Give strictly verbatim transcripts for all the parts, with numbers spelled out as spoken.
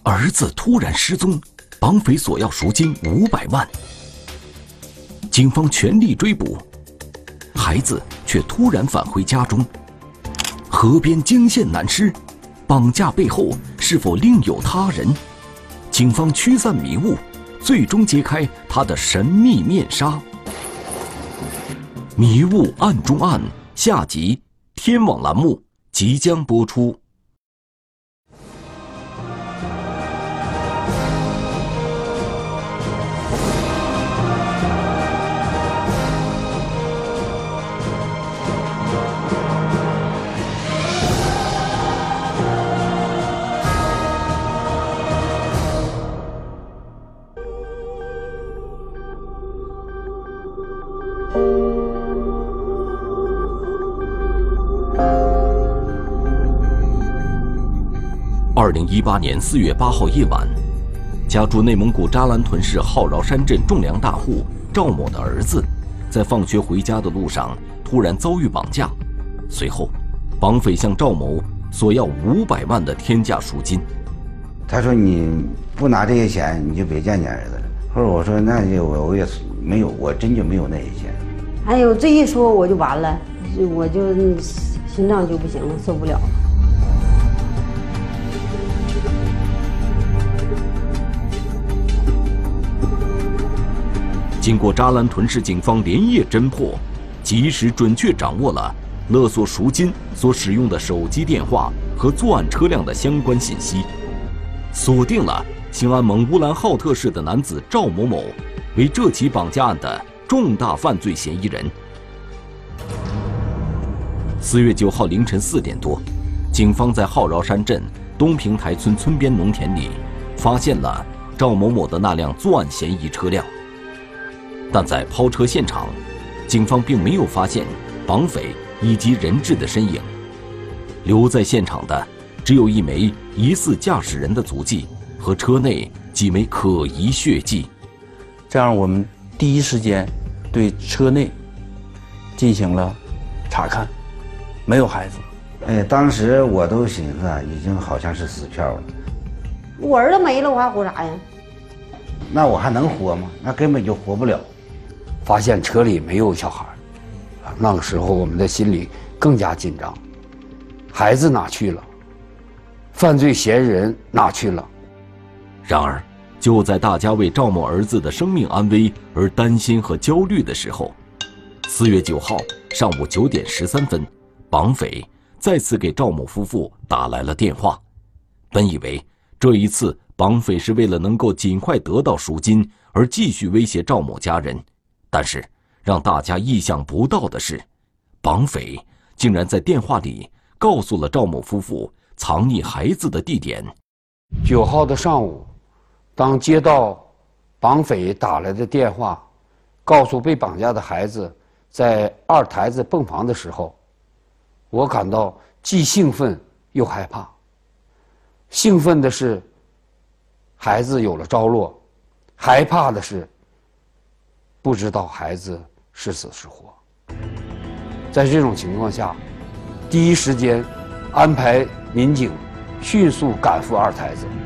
儿子突然失踪，绑匪索要赎金五百万。警方全力追捕，孩子却突然返回家中。河边惊现男尸，绑架背后是否另有他人？警方驱散迷雾，最终揭开他的神秘面纱。迷雾暗中暗，下集天网栏目即将播出。二零一八年四月八号夜晚，家住内蒙古扎兰屯市浩饶山镇种粮大户赵某的儿子，在放学回家的路上突然遭遇绑架，随后，绑匪向赵某索要五百万的天价赎金。 他说：“你不拿这些钱，你就别见你儿子了。”后来我说：“那就我我也没有，我真就没有那些钱。” 还有这一说我就完了，我就心脏就不行了，受不了了。 经过扎兰屯市警方连夜侦破，及时准确掌握了勒索赎金所使用的手机电话和作案车辆的相关信息，锁定了兴安盟乌兰浩特市的男子赵某某为这起绑架案的重大犯罪嫌疑人。四月九号凌晨四点多，警方在浩饶山镇东平台村村边农田里发现了赵某某的那辆作案嫌疑车辆。但在抛车现场，警方并没有发现绑匪以及人质的身影，留在现场的只有一枚疑似驾驶人的足迹和车内几枚可疑血迹。 这样，我们第一时间对车内进行了查看，没有孩子。 哎，当时我都寻思啊，已经好像是死票了。 我儿子没了，我还活啥呀？ 那我还能活吗？那根本就活不了。 发现车里没有小孩，那个时候我们的心里更加紧张。孩子哪去了？犯罪嫌疑人哪去了？ 然而，就在大家为赵某儿子的生命安危而担心和焦虑的时候，四月九号上午九点十三分，绑匪再次给赵某夫妇打来了电话。本以为这一次绑匪是为了能够尽快得到赎金而继续威胁赵某家人，但是让大家意想不到的是，绑匪竟然在电话里告诉了赵某夫妇藏匿孩子的地点。 九号的上午，当接到绑匪打来的电话，告诉被绑架的孩子在二台子泵房的时候，我感到既兴奋又害怕。兴奋的是孩子有了着落，害怕的是不知道孩子是死是活。在这种情况下，第一时间安排民警迅速赶赴二台子。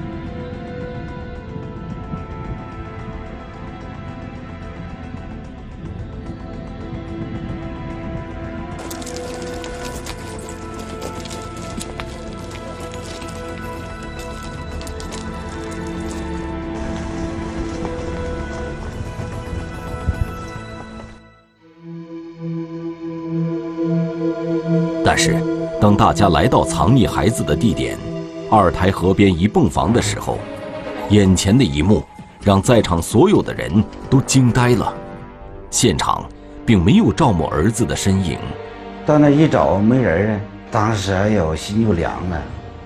但是，当大家来到藏匿孩子的地点二台河边一泵房的时候，眼前的一幕让在场所有的人都惊呆了。现场并没有赵某儿子的身影。 到那一找没人啊，当时哎呀，我心就凉了。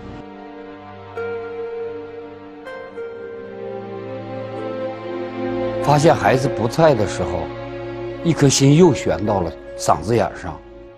发现孩子不在的时候，一颗心又悬到了嗓子眼上。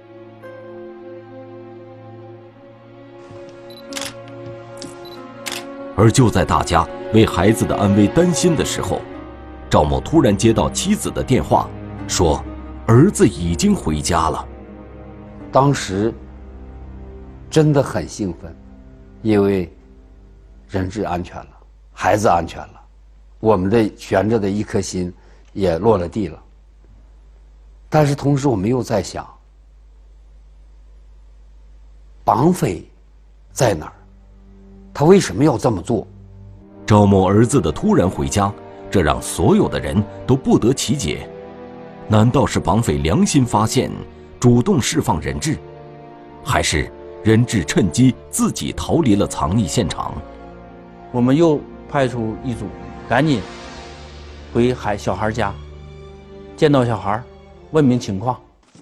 而就在大家为孩子的安危担心的时候，赵某突然接到妻子的电话，说儿子已经回家了。 当时真的很兴奋，因为人质安全了。 孩子安全了，我们的悬着的一颗心也落了地了。但是同时我们又在想，绑匪在哪儿？他为什么要这么做？ 赵某儿子的突然回家，这让所有的人都不得其解。难道是绑匪良心发现，主动释放人质，还是人质趁机自己逃离了藏匿现场？ 我们又派出一组，赶紧回孩小孩家，见到小孩，问明情况。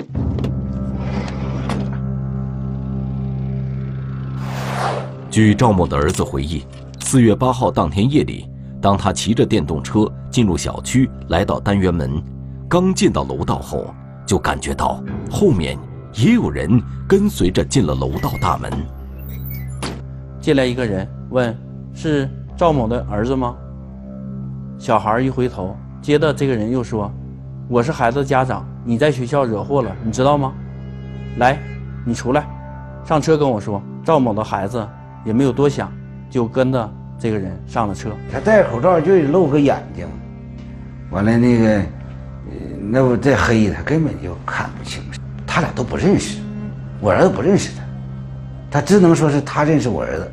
据赵某的儿子回忆，四月八号当天夜里，当他骑着电动车进入小区，来到单元门，刚进到楼道后，就感觉到后面也有人跟随着进了楼道大门。 进来一个人问：“是赵某的儿子吗？”小孩一回头，接着这个人又说：“我是孩子的家长，你在学校惹祸了，你知道吗？来，你出来，上车跟我说。”赵某的孩子也没有多想，就跟着这个人上了车。 他戴着口罩就露个眼睛，完了那个，呃那不再黑，他根本就看不清。他俩都不认识，我儿子不认识他，他只能说是他认识我儿子。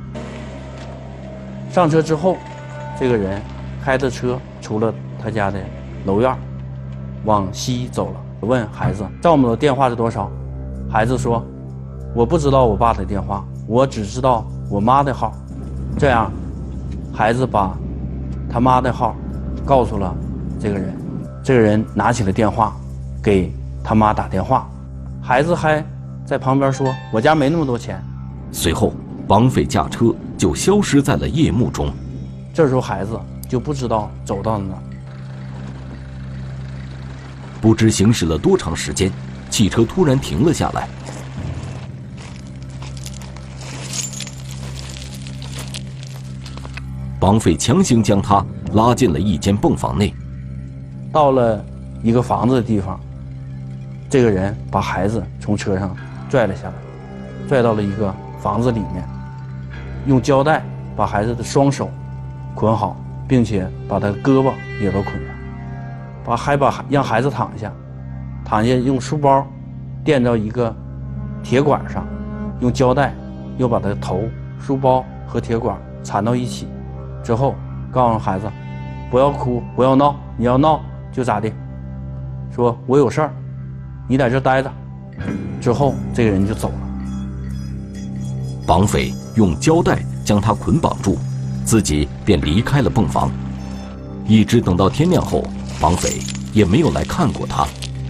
上车之后，这个人开着车出了他家的楼院，往西走了。问孩子：“赵某的电话是多少？”孩子说：“我不知道我爸的电话，我只知道我妈的号。”这样，孩子把他妈的号告诉了这个人。这个人拿起了电话，给他妈打电话。孩子还在旁边说：“我家没那么多钱。” 随后，绑匪驾车就消失在了夜幕中。 这时候，孩子就不知道走到了哪儿。 不知行驶了多长时间，汽车突然停了下来。绑匪强行将他拉进了一间泵房内。 到了一个房子的地方，这个人把孩子从车上拽了下来，拽到了一个房子里面，用胶带把孩子的双手捆好，并且把他胳膊也都捆上，把还把让孩子躺下，躺下用书包垫到一个铁管上，用胶带又把他的头、书包和铁管缠到一起，之后告诉孩子不要哭，不要闹，你要闹就咋的，说我有事儿，你在这待着。之后这个人就走了。 绑匪用胶带将他捆绑住，自己便离开了泵房。一直等到天亮后，绑匪也没有来看过他。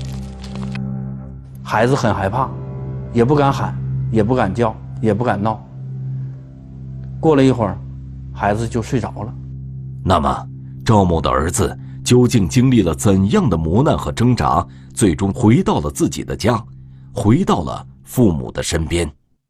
孩子很害怕，也不敢喊，也不敢叫，也不敢闹。过了一会儿，孩子就睡着了。 那么，赵某的儿子究竟经历了怎样的磨难和挣扎，最终回到了自己的家，回到了父母的身边？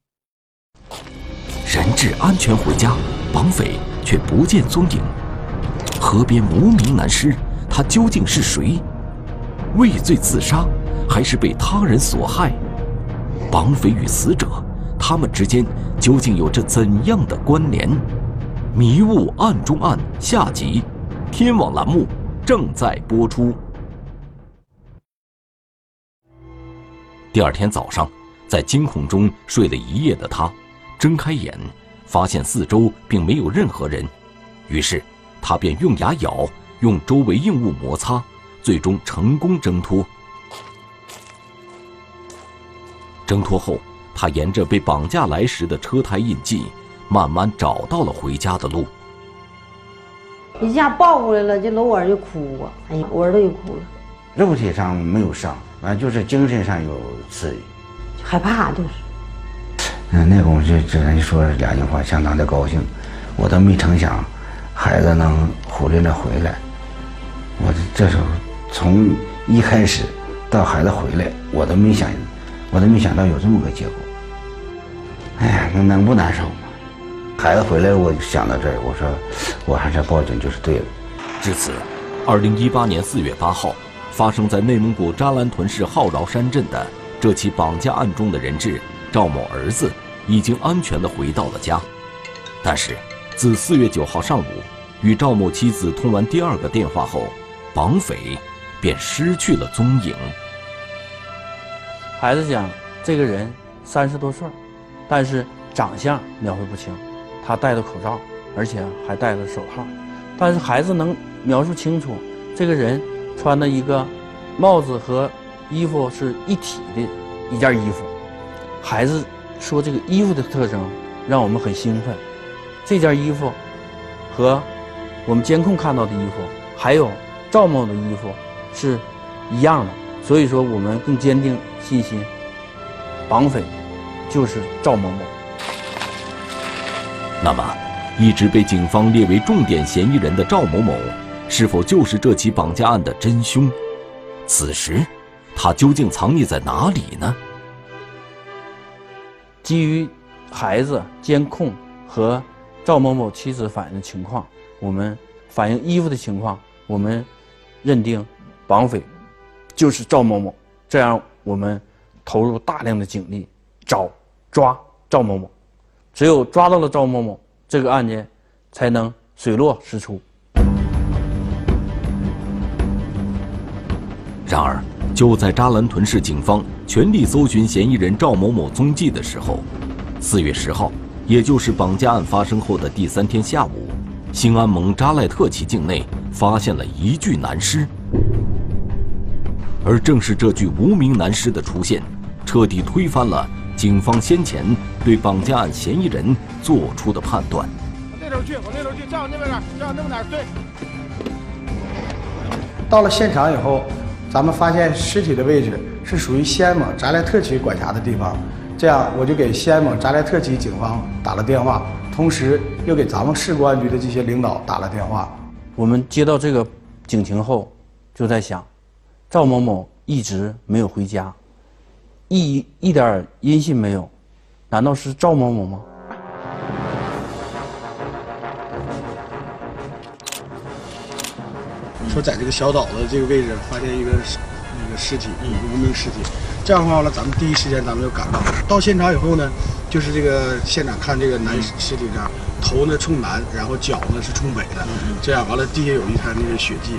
人质安全回家，绑匪却不见踪影。河边无名男尸，他究竟是谁？畏罪自杀，还是被他人所害？绑匪与死者，他们之间究竟有着怎样的关联？迷雾暗中暗下集，天网栏目正在播出。第二天早上，在惊恐中睡了一夜的他，睁开眼，发现四周并没有任何人，于是他便用牙咬，用周围硬物摩擦，最终成功挣脱。挣脱后，他沿着被绑架来时的车胎印记，慢慢找到了回家的路。 一下抱过来了，这搂我儿就哭啊！哎呀，我儿子就哭了。 肉体上没有伤，完就是精神上有刺激， 害怕就是。 嗯，那功夫就只能说两句话，相当的高兴。我都没成想，孩子能回来了回来。我这时候从一开始到孩子回来，我都没想，我都没想到有这么个结果。哎呀，那能不难受吗？孩子回来，我想到这儿，我说我还是报警就是对了。 至此，二零一八年四月八号，发生在内蒙古扎兰屯市浩饶山镇的这起绑架案中的人质赵某儿子已经安全地回到了家。但是，自四月九号上午与赵某妻子通完第二个电话后，绑匪便失去了踪影。 孩子讲，这个人三十多岁，但是长相描绘不清，他戴着口罩，而且还戴着手套，但是孩子能描述清楚，这个人穿的一个帽子和衣服是一体的一件衣服。孩子说这个衣服的特征让我们很兴奋，这件衣服和我们监控看到的衣服，还有赵某的衣服是一样的，所以说我们更坚定信心，绑匪就是赵某某。 那么，一直被警方列为重点嫌疑人的赵某某，是否就是这起绑架案的真凶？此时，他究竟藏匿在哪里呢？ 基于孩子监控和赵某某妻子反映的情况，我们反映衣服的情况，我们认定绑匪就是赵某某。这样，我们投入大量的警力找抓赵某某。只有抓到了赵某某，这个案件才能水落石出。 然而，就在扎兰屯市警方全力搜寻嫌疑人赵某某踪迹的时候，四月十号，也就是绑架案发生后的第三天下午，兴安盟扎赖特旗境内发现了一具男尸。而正是这具无名男尸的出现，彻底推翻了警方先前对绑架案嫌疑人做出的判断。 往那头去，往那头去，再往那边点，再往那边点，对。 到了现场以后，咱们发现尸体的位置是属于西安盟扎赖特旗管辖的地方，这样我就给西安盟扎赖特旗警方打了电话，同时又给咱们市公安局的这些领导打了电话。 我们接到这个警情后，就在想，赵某某一直没有回家，一一点音信没有，难道是赵某某吗？ 说在这个小岛的这个位置发现一个那个尸体，一个无名尸体。这样的话呢，咱们第一时间咱们就赶到，到现场以后呢，就是这个现场看这个男尸体这样，头呢冲南，然后脚呢是冲北的，这样完了地下有一滩那个血迹。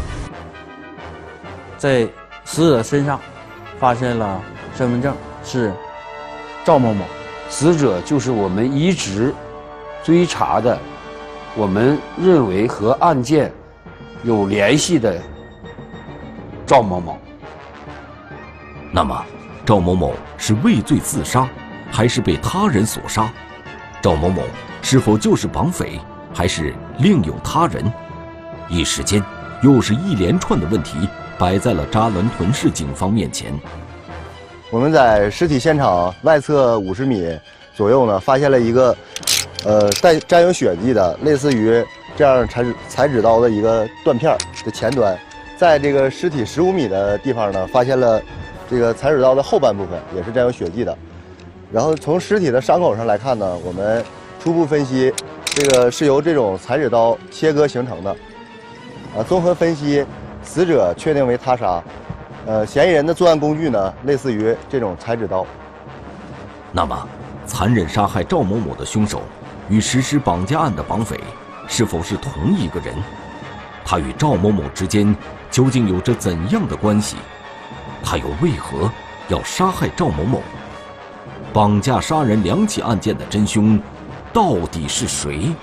在死者身上发现了身份证是赵某某， 死者就是我们一直追查的，我们认为和案件有联系的赵某某。 那么，赵某某是畏罪自杀，还是被他人所杀？赵某某是否就是绑匪，还是另有他人？一时间，又是一连串的问题摆在了扎兰屯市警方面前。 我们在尸体现场外侧五十米左右呢，发现了一个，呃，带沾有血迹的，类似于这样裁纸裁纸刀的一个断片的前端。在这个尸体十五米的地方呢，发现了这个裁纸刀的后半部分，也是沾有血迹的。然后从尸体的伤口上来看呢，我们初步分析，这个是由这种裁纸刀切割形成的。啊，综合分析，死者确定为他杀。呃，嫌疑人的作案工具呢，类似于这种裁纸刀。 那么，残忍杀害赵某某的凶手与实施绑架案的绑匪是否是同一个人？他与赵某某之间究竟有着怎样的关系？他又为何要杀害赵某某？绑架杀人两起案件的真凶到底是谁？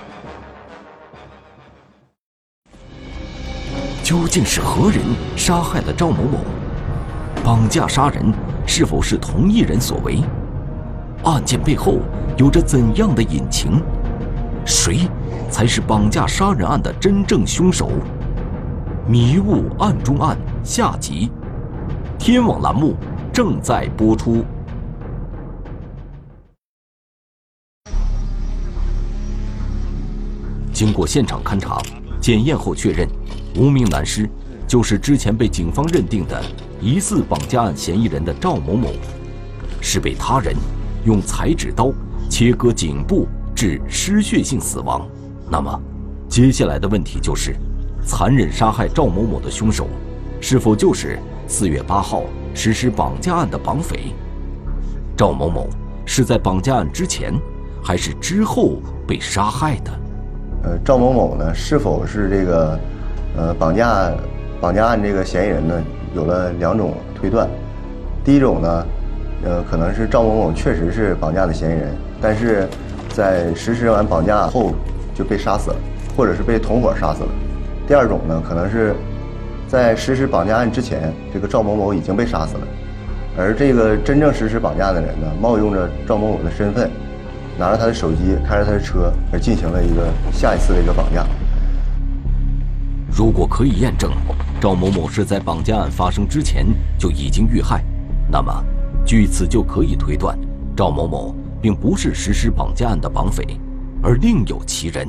究竟是何人杀害了赵某某？绑架杀人是否是同一人所为？案件背后有着怎样的隐情？谁才是绑架杀人案的真正凶手？迷雾案中案下集，天网栏目正在播出。经过现场勘查、检验后确认，无名男尸就是之前被警方认定的疑似绑架案嫌疑人的赵某某，是被他人用裁纸刀切割颈部致失血性死亡。那么，接下来的问题就是，残忍杀害赵某某的凶手，是否就是四月八号实施绑架案的绑匪？赵某某是在绑架案之前，还是之后被杀害的？ 呃赵某某呢是否是这个呃绑架绑架案这个嫌疑人呢，有了两种推断。第一种呢，呃可能是赵某某确实是绑架的嫌疑人，但是在实施完绑架后就被杀死了，或者是被同伙杀死了。第二种呢，可能是在实施绑架案之前，这个赵某某已经被杀死了，而这个真正实施绑架的人呢，冒用着赵某某的身份，拿着他的手机，开着他的车，而进行了一个下一次的一个绑架。 如果可以验证赵某某是在绑架案发生之前就已经遇害，那么据此就可以推断，赵某某并不是实施绑架案的绑匪，而另有其人。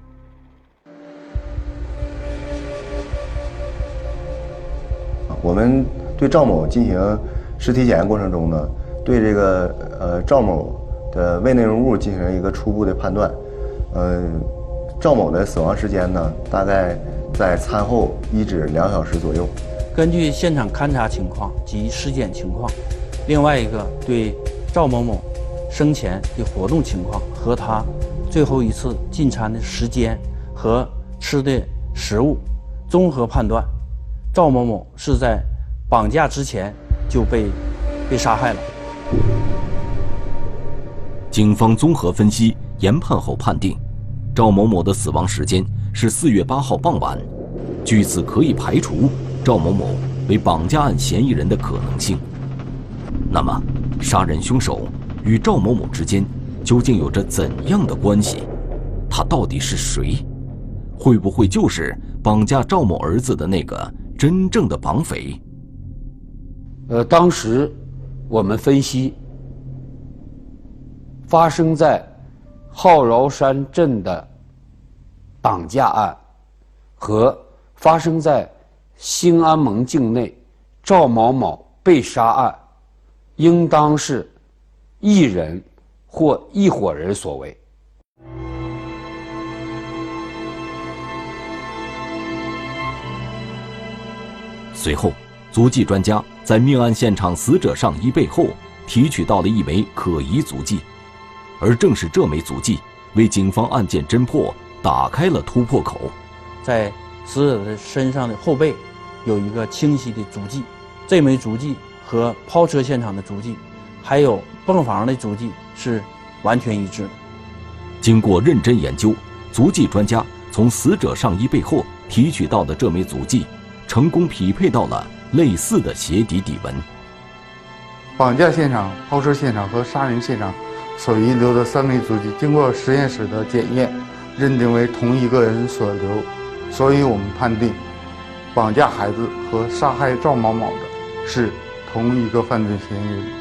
我们对赵某进行尸体检验过程中呢，对这个呃赵某的胃内容物进行一个初步的判断。呃，赵某的死亡时间呢，大概在餐后一至两小时左右。 根据现场勘查情况及尸检情况，另外一个对赵某某生前的活动情况和他最后一次进餐的时间和吃的食物综合判断，赵某某是在绑架之前就被被杀害了。 警方综合分析研判后判定，赵某某的死亡时间是四月八号傍晚，据此可以排除赵某某为绑架案嫌疑人的可能性。那么，杀人凶手与赵某某之间究竟有着怎样的关系？他到底是谁？会不会就是绑架赵某儿子的那个真正的绑匪？ 呃，当时我们分析，发生在浩饶山镇的绑架案和发生在兴安盟境内赵某某被杀案，应当是一人或一伙人所为。 随后，足迹专家在命案现场死者上衣背后提取到了一枚可疑足迹，而正是这枚足迹为警方案件侦破打开了突破口。 在死者的身上的后背有一个清晰的足迹，这枚足迹和抛车现场的足迹还有泵房的足迹是完全一致的。 经过认真研究，足迹专家从死者上衣背后提取到的这枚足迹成功匹配到了类似的鞋底底纹。 绑架现场、抛车现场和杀人现场所遗留的三枚足迹，经过实验室的检验，认定为同一个人所留，所以我们判定，绑架孩子和杀害赵某某的是同一个犯罪嫌疑人。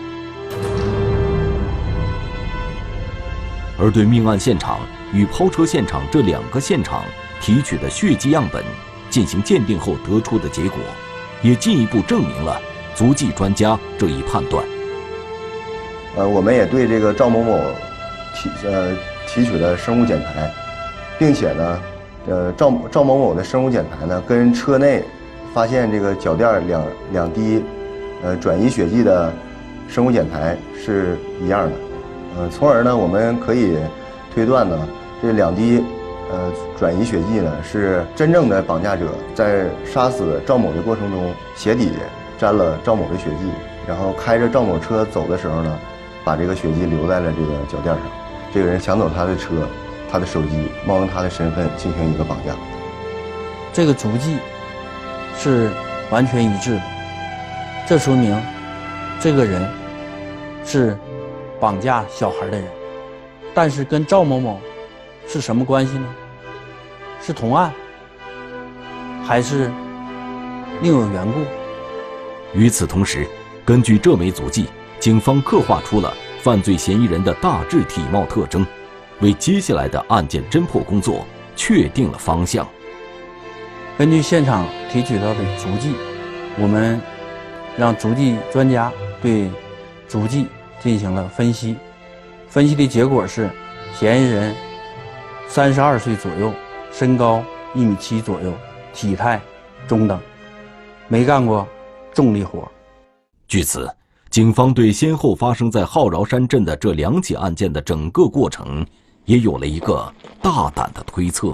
而对命案现场与抛车现场这两个现场提取的血迹样本进行鉴定后得出的结果，也进一步证明了足迹专家这一判断。 呃，我们也对这个赵某某提呃提取了生物检材，并且呢，呃赵赵某某的生物检材呢跟车内发现这个脚垫两两滴呃转移血迹的生物检材是一样的，呃，从而呢我们可以推断呢这两滴呃转移血迹呢是真正的绑架者在杀死赵某的过程中鞋底沾了赵某的血迹，然后开着赵某车走的时候呢，把这个血迹留在了这个脚垫上。这个人抢走他的车、他的手机，冒用他的身份进行一个绑架。 这个足迹是完全一致的，这说明这个人是绑架小孩的人，但是跟赵某某是什么关系呢？是同案，还是另有缘故？ 与此同时，根据这枚足迹，警方刻画出了犯罪嫌疑人的大致体貌特征，为接下来的案件侦破工作确定了方向。 根据现场提取到的足迹，我们让足迹专家对足迹进行了分析，分析的结果是，嫌疑人三十二岁左右，身高一米七左右，体态中等，没干过重力活。 据此，警方对先后发生在浩饶山镇的这两起案件的整个过程也有了一个大胆的推测。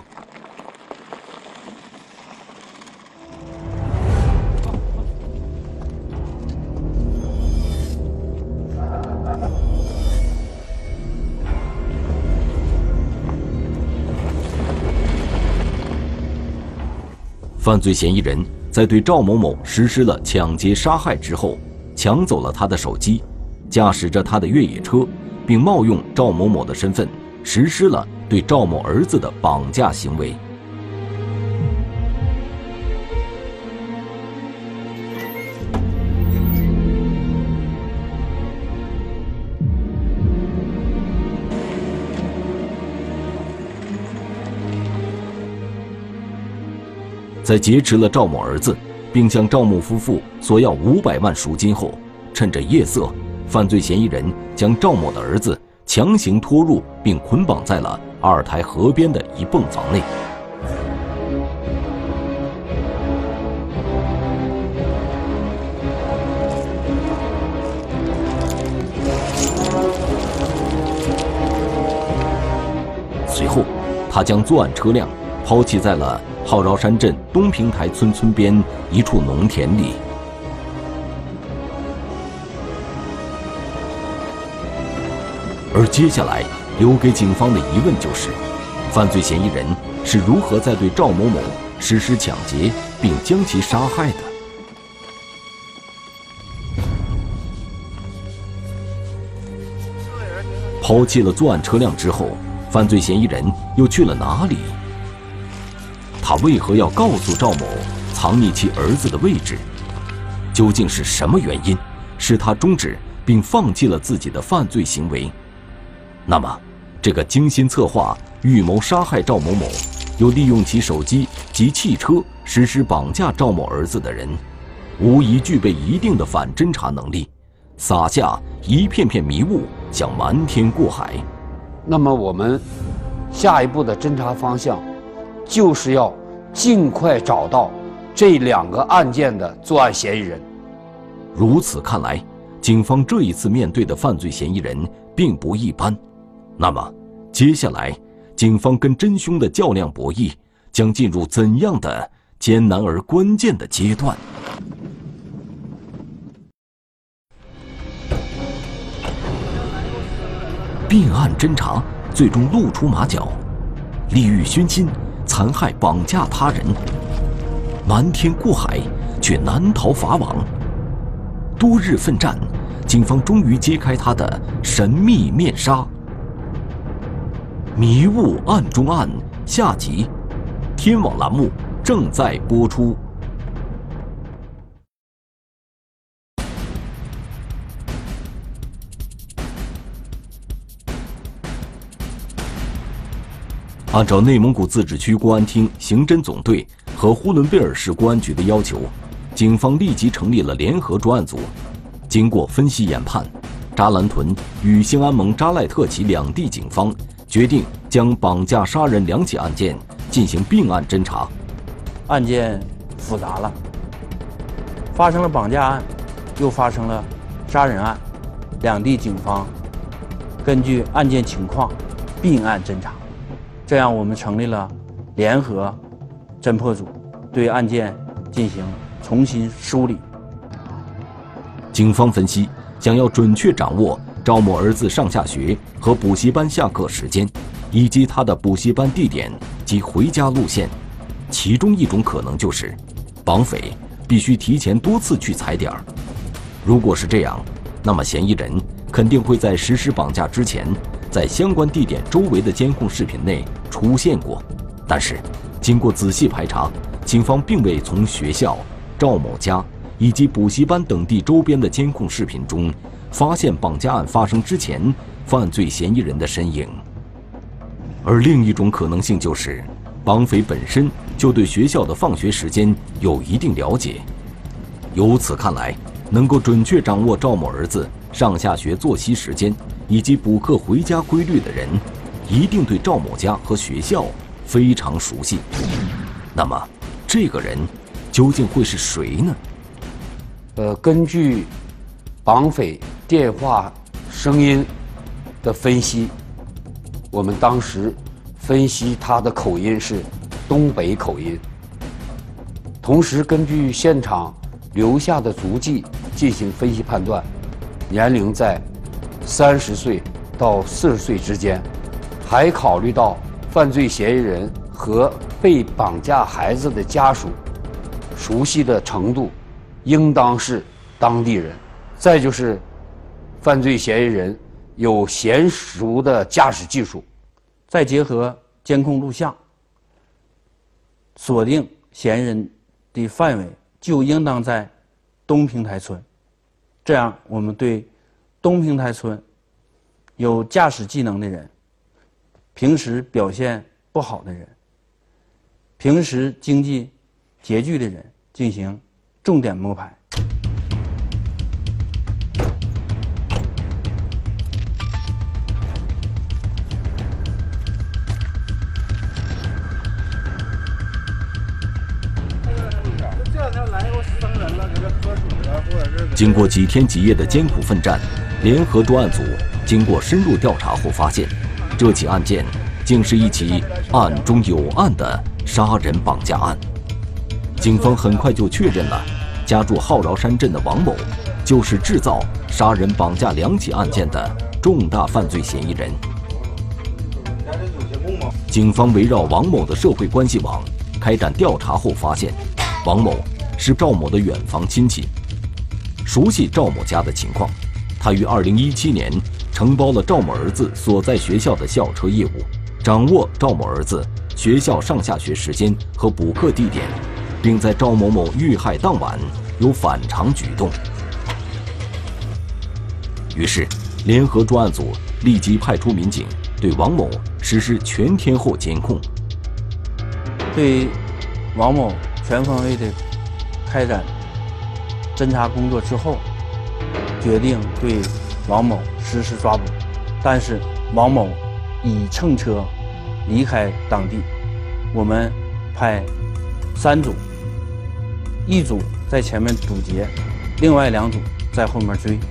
犯罪嫌疑人在对赵某某实施了抢劫杀害之后，抢走了他的手机，驾驶着他的越野车，并冒用赵某某的身份实施了对赵某儿子的绑架行为。在劫持了赵某儿子，并向赵某夫妇索要五百万赎金后，趁着夜色，犯罪嫌疑人将赵某的儿子强行拖入并捆绑在了二台河边的一泵房内。随后，他将作案车辆抛弃在了浩饶山镇东平台村村边一处农田里。而接下来留给警方的疑问就是，犯罪嫌疑人是如何在对赵某某实施抢劫并将其杀害的？抛弃了作案车辆之后，犯罪嫌疑人又去了哪里？他为何要告诉赵某藏匿其儿子的位置？究竟是什么原因使他终止并放弃了自己的犯罪行为？那么，这个精心策划、预谋杀害赵某某，又利用其手机及汽车实施绑架赵某儿子的人，无疑具备一定的反侦查能力，撒下一片片迷雾，想瞒天过海。 那么，我们下一步的侦查方向，就是要尽快找到这两个案件的作案嫌疑人。 如此看来，警方这一次面对的犯罪嫌疑人并不一般。那么，接下来警方跟真凶的较量博弈将进入怎样的艰难而关键的阶段？并案侦查最终露出马脚，利欲熏心，残害绑架他人，瞒天过海，却难逃法网。多日奋战，警方终于揭开他的神秘面纱。迷雾案中案下集，天网栏目正在播出。按照内蒙古自治区公安厅刑侦总队和呼伦贝尔市公安局的要求，警方立即成立了联合专案组。经过分析研判，扎兰屯与兴安盟扎赖特旗两地警方决定将绑架杀人两起案件进行并案侦查。 案件复杂了，发生了绑架案，又发生了杀人案，两地警方根据案件情况并案侦查。这样，我们成立了联合侦破组，对案件进行重新梳理。 警方分析，想要准确掌握赵某儿子上下学和补习班下课时间，以及他的补习班地点及回家路线，其中一种可能就是绑匪必须提前多次去踩点儿。如果是这样，那么嫌疑人肯定会在实施绑架之前，在相关地点周围的监控视频内出现过。但是，经过仔细排查，警方并未从学校、赵某家以及补习班等地周边的监控视频中发现绑架案发生之前犯罪嫌疑人的身影。而另一种可能性就是，绑匪本身就对学校的放学时间有一定了解。由此看来，能够准确掌握赵某儿子上下学作息时间以及补课回家规律的人，一定对赵某家和学校非常熟悉。那么，这个人究竟会是谁呢？ 呃，根据绑匪电话声音的分析， 我们当时分析他的口音是东北口音，同时根据现场留下的足迹进行分析判断，年龄在三十岁到四十岁之间，还考虑到犯罪嫌疑人和被绑架孩子的家属熟悉的程度，应当是当地人。再就是犯罪嫌疑人有娴熟的驾驶技术， 再结合监控录像，锁定嫌疑人的范围就应当在东平台村。这样，我们对东平台村有驾驶技能的人、平时表现不好的人、平时经济拮据的人进行重点摸排。 经过几天几夜的艰苦奋战，联合专案组经过深入调查后发现，这起案件竟是一起案中有案的杀人绑架案。警方很快就确认了，家住浩饶山镇的王某就是制造杀人绑架两起案件的重大犯罪嫌疑人。警方围绕王某的社会关系网开展调查后发现，王某是赵某的远房亲戚，熟悉赵某家的情况。他于二零一七年承包了赵某儿子所在学校的校车业务，掌握赵某儿子学校上下学时间和补课地点，并在赵某某遇害当晚有反常举动。于是，联合专案组立即派出民警对王某实施全天候监控。 对王某全方位的开展侦查工作之后，决定对王某实施抓捕，但是王某已乘车离开当地。我们派三组，一组在前面堵截，另外两组在后面追。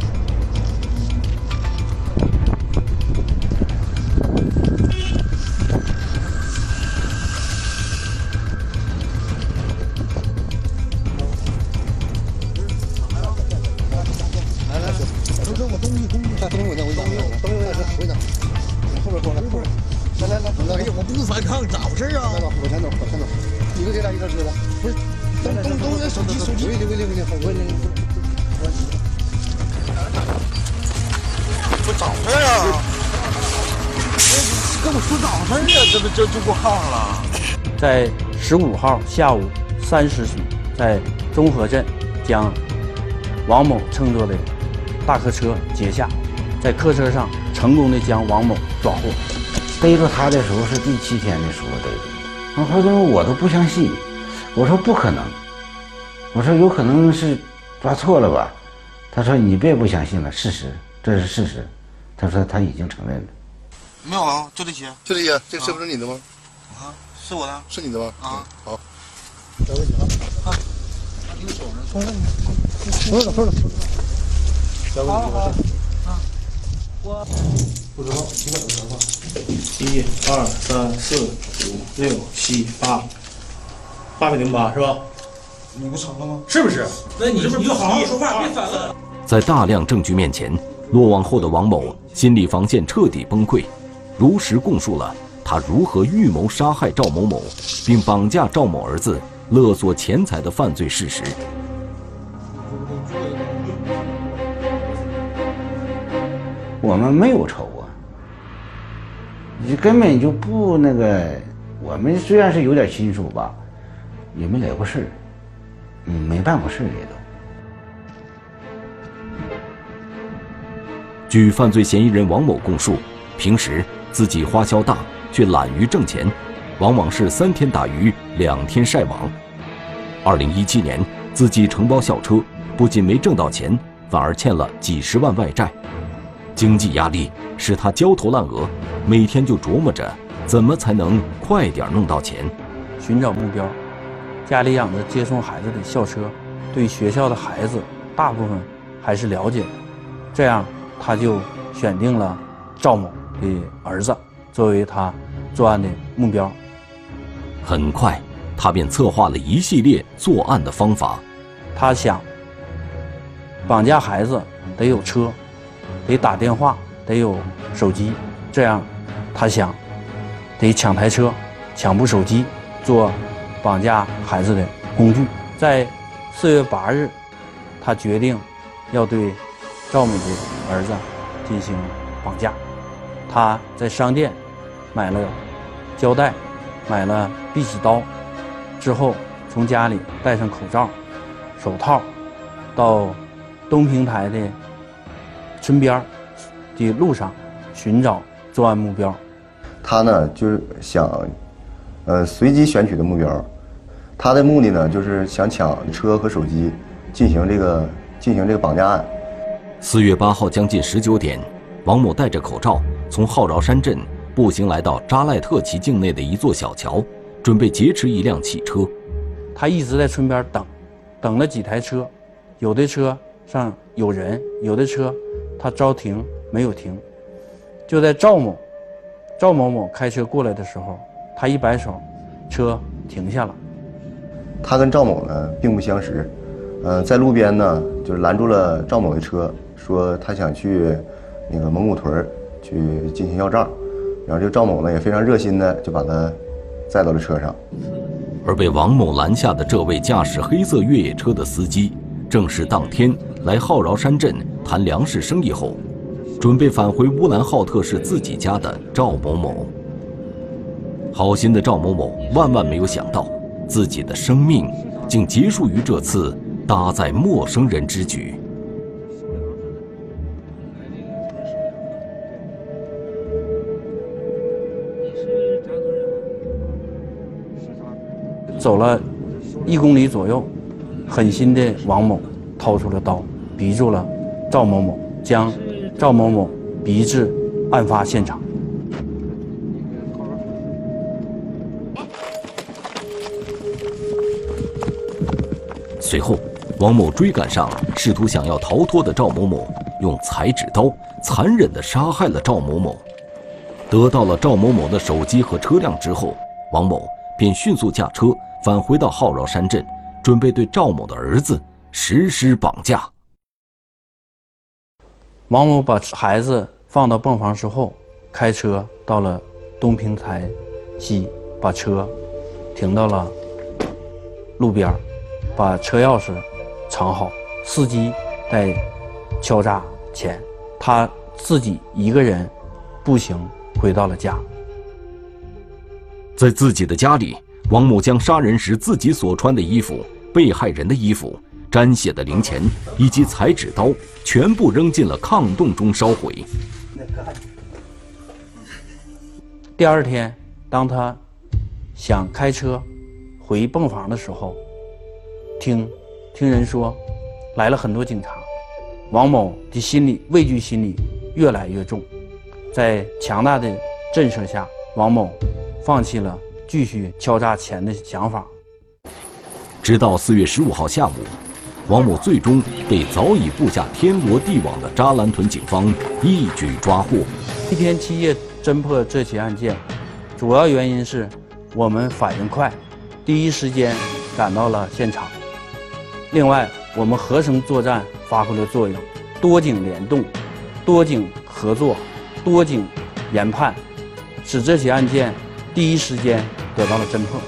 在十五号下午三时许，在中和镇将王某乘坐的大客车截下，在客车上成功的将王某抓获。 逮住他的时候是第七天的时候逮住，然后他说我都不相信，我说不可能，我说有可能是抓错了吧？他说你别不相信了，事实，这是事实。他说他已经承认了。 没有啊，就这些， 就这些，这个是不是你的吗？ 啊，是我的， 是你的吗？ 啊， 好。 再问你啊，啊，你手呢？收了，收了，收了。再问你啊，我不知道，几百个电话。一二三四五六七八，八百零八是吧？你不成了吗？是不是？那你你就好好说话，别反了。 在大量证据面前，落网后的王某心理防线彻底崩溃，如实供述了他如何预谋杀害赵某某，并绑架赵某儿子勒索钱财的犯罪事实。 我们没有仇啊，你根本就不那个。我们虽然是有点亲属吧，也没来过事儿，嗯，没办过事儿也都。 据犯罪嫌疑人王某供述，平时自己花销大，却懒于挣钱，往往是三天打鱼两天晒网。二零一七年，自己承包校车，不仅没挣到钱，反而欠了几十万外债。经济压力使他焦头烂额，每天就琢磨着怎么才能快点弄到钱。 寻找目标，家里养着接送孩子的校车，对学校的孩子大部分还是了解的，这样他就选定了赵某的儿子作为他作案的目标。 很快，他便策划了一系列作案的方法。 他想，绑架孩子得有车，得打电话，得有手机，这样他想得抢台车，抢部手机，做绑架孩子的工具。在四月八日，他决定要对赵某的儿子进行绑架。他在商店买了胶带，买了碧玺刀，之后从家里戴上口罩、手套，到东平台的村边的路上寻找作案目标。 他呢就是想，呃，随机选取的目标。他的目的呢就是想抢车和手机，进行这个进行这个绑架案。 四月八号将近十九点，王某戴着口罩，从浩饶山镇步行来到扎赖特旗境内的一座小桥，准备劫持一辆汽车。 他一直在村边等，等了几台车，有的车上有人，有的车他招停没有停。就在赵某赵某某开车过来的时候，他一摆手，车停下了。 他跟赵某呢并不相识，呃，在路边呢就是拦住了赵某的车，说他想去那个蒙古屯去进行要账，然后这个赵某呢也非常热心的就把他载到了车上。 而被王某拦下的这位驾驶黑色越野车的司机，正是当天来浩饶山镇谈粮食生意后，准备返回乌兰浩特市自己家的赵某某。好心的赵某某万万没有想到，自己的生命竟结束于这次搭载陌生人之举。 走了一公里左右，狠心的王某掏出了刀，逼住了赵某某，将赵某某逼至案发现场。 随后，王某追赶上试图想要逃脱的赵某某，用裁纸刀残忍地杀害了赵某某。得到了赵某某的手机和车辆之后，王某便迅速驾车返回到浩饶山镇，准备对赵某的儿子实施绑架。 王某把孩子放到泵房之后，开车到了东平台西，把车停到了路边，把车钥匙藏好，司机在敲诈前，他自己一个人步行回到了家。 在自己的家里，王某将杀人时自己所穿的衣服、被害人的衣服、沾血的零钱以及裁纸刀全部扔进了炕洞中烧毁。 第二天，当他想开车回泵房的时候，听听人说来了很多警察，王某的心理畏惧心理越来越重。在强大的震慑下，王某放弃了继续敲诈钱的想法。 直到四月十五号下午，王某最终被早已布下天罗地网的扎兰屯警方一举抓获。 一天七夜侦破这起案件，主要原因是我们反应快，第一时间赶到了现场。另外，我们合成作战发挥了作用，多警联动，多警合作，多警研判，使这起案件第一时间得到了侦破。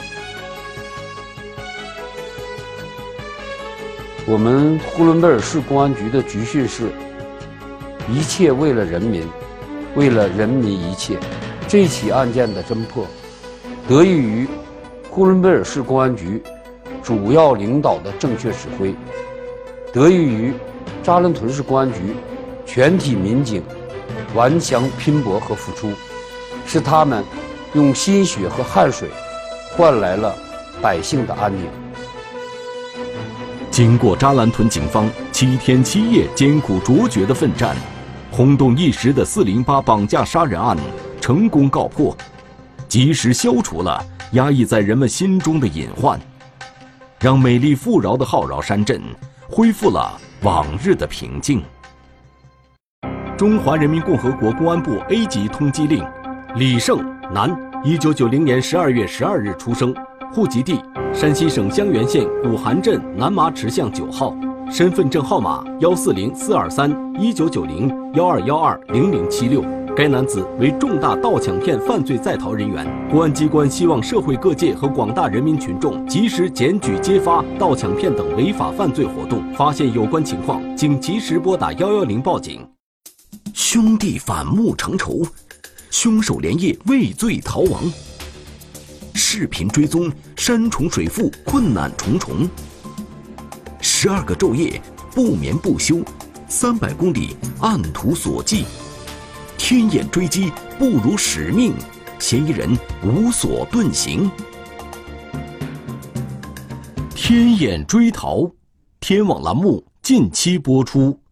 我们呼伦贝尔市公安局的局训是：一切为了人民，为了人民一切。这起案件的侦破，得益于呼伦贝尔市公安局主要领导的正确指挥，得益于扎兰屯市公安局全体民警顽强拼搏和付出，是他们用心血和汗水换来了百姓的安宁。 经过扎兰屯警方七天七夜艰苦卓绝的奋战，轰动一时的四零八绑架杀人案成功告破，及时消除了压抑在人们心中的隐患，让美丽富饶的浩饶山镇恢复了往日的平静。中华人民共和国公安部 A 级通缉令： 李胜，男，一九九零年十二月十二日出生，户籍地山西省襄垣县古韩镇南麻池巷九号，身份证号码幺四零四二三一九九零幺二幺二零零七六。该男子为重大盗抢骗犯罪在逃人员，公安机关希望社会各界和广大人民群众及时检举揭发盗抢骗等违法犯罪活动，发现有关情况，请及时拨打幺幺零报警。兄弟反目成仇，凶手连夜畏罪逃亡。视频追踪，山重水复，困难重重。十二个昼夜，不眠不休，三百公里按图索骥。天眼追击不辱使命，嫌疑人无所遁形。天眼追逃，天网栏目近期播出。